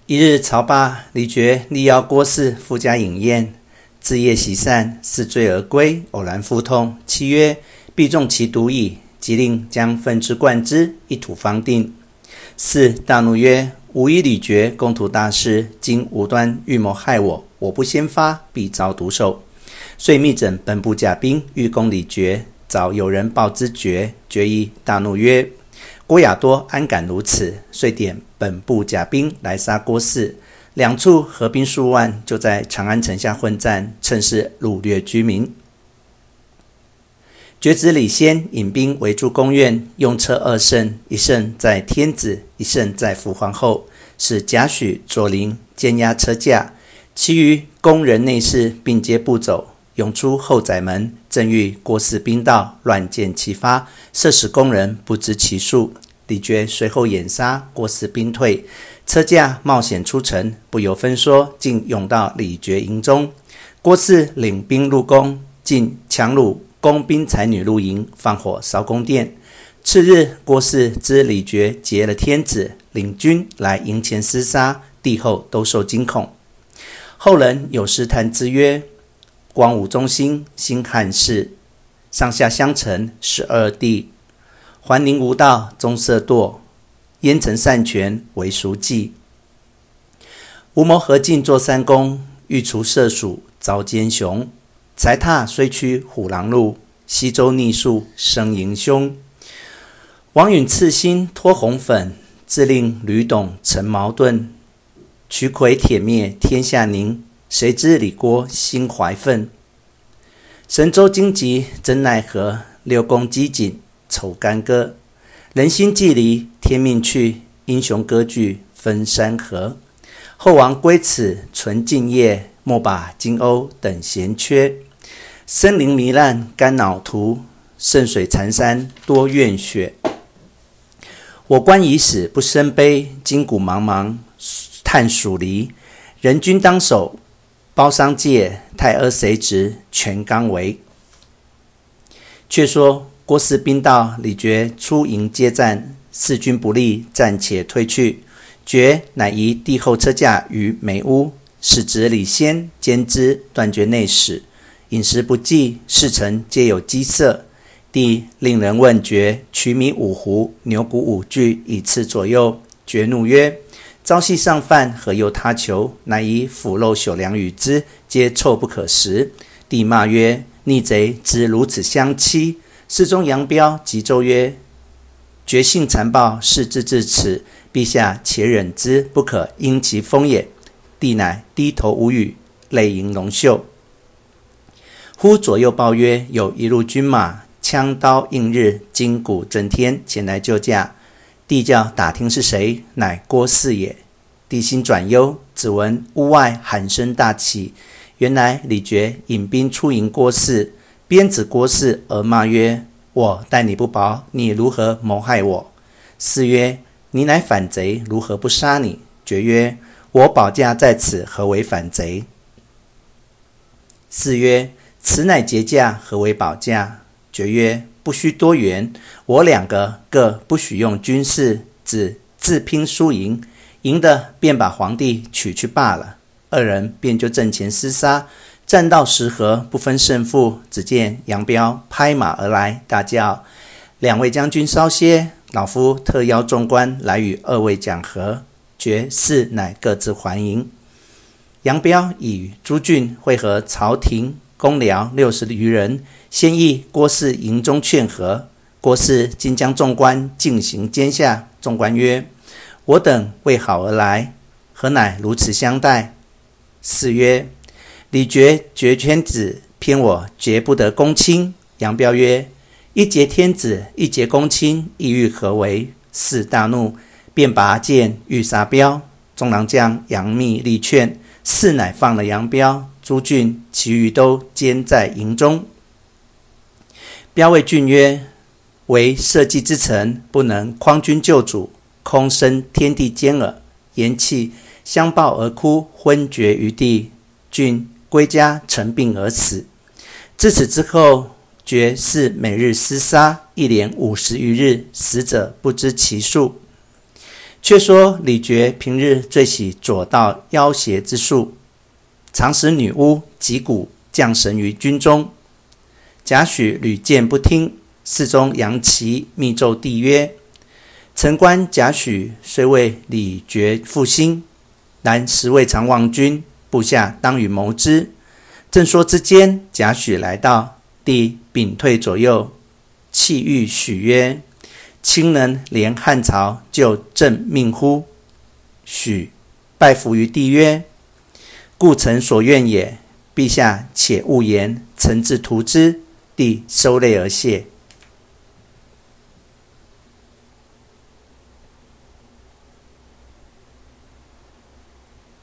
一日，曹霸、李傕力邀郭汜赴家饮宴，自夜席散，似醉而归，偶然腹痛，妻曰：“必中其毒矣。”即令将粪之灌之，一吐方定。汜大怒曰：“吾与李傕共图大事，今无端预谋害我，我不先发，必遭毒手。”遂密整本部甲兵，欲攻李傕。早有人报之傕，傕亦大怒曰：“郭亚多安敢如此？”遂点本部甲兵来杀郭汜。两处合兵数万，就在长安城下混战，趁势掳掠居民。傕子李先引兵围住宫苑，用车2乘，一乘在天子，一乘在伏皇后，使贾诩、左邻监押车驾，其余宫人内侍并皆步走，涌出后宅门，正遇郭汜兵到，乱箭齐发，射死宫人不知其数。李傕随后掩杀，郭汜兵退，车驾冒险出城，不由分说，竟涌到李傕营中。郭汜领兵入宫，竟强掳宫兵才女入营，放火烧宫殿。次日，郭汜知李傕劫了天子，领军来营前厮杀，帝后都受惊恐。后人有诗叹之曰：“光武中兴，兴汉室，上下相承12帝。桓灵无道，终色堕，燕臣擅权，为孰计？吴谋何进作三公，欲除射鼠，遭奸雄。才踏虽驱虎狼入，西周逆数，生迎凶。王允赐薪脱红粉，自令吕董成矛盾。渠魁铁灭天下宁，谁知李郭心怀愤。神州荆棘真奈何，六宫饥馑愁干戈。人心既离天命去，英雄割据分山河。后王归此存敬业，莫把荆瓯等闲缺。森林糜烂肝脑涂，圣水残山多怨血。我官已死不生悲，筋骨茫茫叹蜀离。人君当守包商界，太阿谁执全纲围。却说郭汜兵到，李傕出营接战，四军不利，暂且退去。傕乃移帝后车驾于梅屋，使侄李先监之，断绝内史。饮食不济，侍臣皆有饥色。帝令人问傕取米5斛，牛骨5具，以赐左右。傕怒曰：“朝夕上饭，何由他求？乃以腐肉朽粮与之，皆臭不可食。”帝骂曰：“逆贼知如此相欺！”侍中杨彪急奏曰：“傕性残暴，视之至此，陛下且忍之，不可因其风也。”帝乃低头无语，泪盈龙袖。忽左右报曰：“有一路军马，枪刀映日，筋骨震天，前来救驾。”帝叫打听是谁，乃郭汜也。帝心转忧，只闻屋外喊声大起，原来李傕引兵出迎郭汜，鞭指郭汜而骂曰：“我待你不薄，你如何谋害我？”汜曰：“你乃反贼，如何不杀你？”傕曰：“我保驾在此，何为反贼？”汜曰：“此乃劫驾，何为保驾？”傕曰：“不须多言，我两个各不许用军事，只自拼输赢，赢的便把皇帝取去罢了。”二人便就阵前厮杀，战到10合，不分胜负。只见杨彪拍马而来，大叫：“两位将军稍歇，老夫特邀众官来与二位讲和。”傕汜乃各自还营。杨彪已与朱俊会合朝廷公僚60余人，先诣郭汜营中劝和。郭汜竟将众官进行监下。众官曰：“我等为好而来，何乃如此相待？”汜曰：“李傕绝天子，偏我绝不得公卿。”杨彪曰：“一劫天子，一劫公卿，意欲何为？”汜大怒，便拔剑欲杀彪。众郎将杨密力劝，汜乃放了杨彪。朱俊其余都监在营中。彪谓俊曰：“为社稷之臣，不能匡君救主，空生天地间耳。”言讫，相抱而哭，昏厥于地。俊归家成病而死。自此之后，傕汜每日厮杀，一连50余日，死者不知其数。 却说李傕平日最喜左道要挟之术，常使女巫击鼓降神于军中。贾诩屡谏不听，侍中杨琦密奏帝曰：臣观贾诩虽为李傕负心，然实未尝忘君，部下当与谋之。正说之间，贾诩来到，帝屏退左右，泣欲许曰：卿能连汉朝救朕命乎？许拜服于帝曰：故臣所愿也，陛下且勿言，臣自图之。帝收泪而谢。